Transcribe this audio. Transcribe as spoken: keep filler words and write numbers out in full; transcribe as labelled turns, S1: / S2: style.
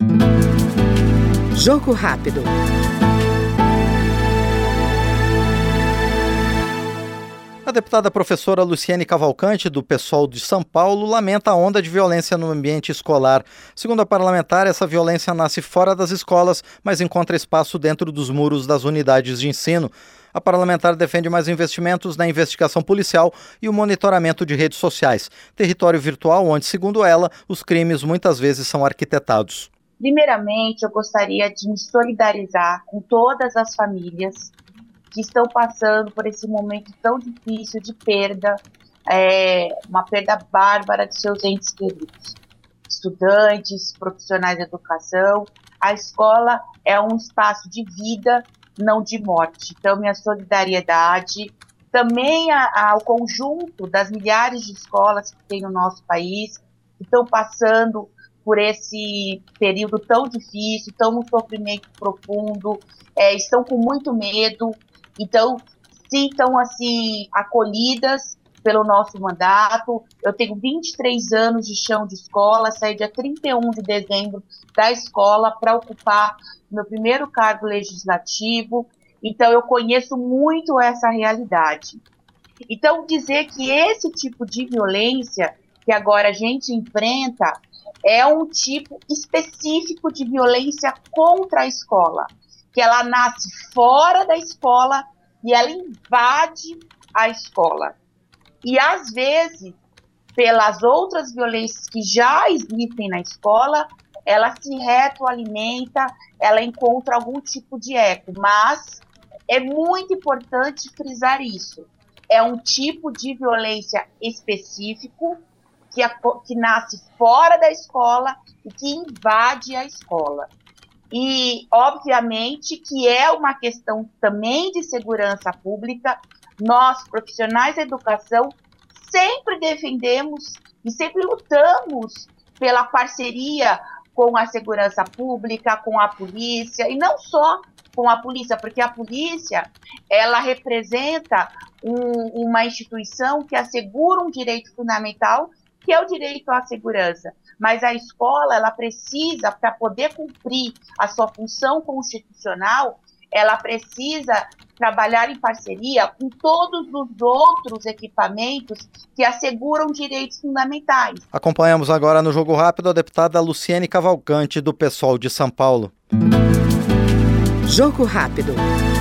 S1: Jogo rápido.
S2: A deputada professora Luciene Cavalcante, do PSOL de São Paulo, lamenta a onda de violência no ambiente escolar. Segundo a parlamentar, essa violência nasce fora das escolas, mas encontra espaço dentro dos muros das unidades de ensino. A parlamentar defende mais investimentos na investigação policial e o monitoramento de redes sociais, território virtual onde, segundo ela, os crimes muitas vezes são arquitetados.
S3: Primeiramente, eu gostaria de me solidarizar com todas as famílias que estão passando por esse momento tão difícil de perda, é, uma perda bárbara de seus entes queridos. Estudantes, profissionais de educação, a escola é um espaço de vida, não de morte. Então, minha solidariedade também a, ao conjunto das milhares de escolas que tem no nosso país, que estão passando por esse período tão difícil, estão num sofrimento profundo, é, estão com muito medo. Então, sintam assim, acolhidas pelo nosso mandato. Eu tenho vinte e três anos de chão de escola, saí dia trinta e um de dezembro da escola para ocupar meu primeiro cargo legislativo. Então, eu conheço muito essa realidade. Então, dizer que esse tipo de violência que agora a gente enfrenta é um tipo específico de violência contra a escola, que ela nasce fora da escola e ela invade a escola. E, às vezes, pelas outras violências que já existem na escola, ela se retroalimenta, ela encontra algum tipo de eco. Mas é muito importante frisar isso. É um tipo de violência específico que, a, que nasce fora da escola e que invade a escola. E, obviamente, que é uma questão também de segurança pública. Nós, profissionais da educação, sempre defendemos e sempre lutamos pela parceria com a segurança pública, com a polícia, e não só com a polícia, porque a polícia, ela representa um, uma instituição que assegura um direito fundamental, que é o direito à segurança. Mas a escola, ela precisa, para poder cumprir a sua função constitucional, ela precisa trabalhar em parceria com todos os outros equipamentos que asseguram direitos fundamentais.
S2: Acompanhamos agora no Jogo Rápido a deputada Luciene Cavalcante, do PSOL de São Paulo.
S1: Jogo Rápido.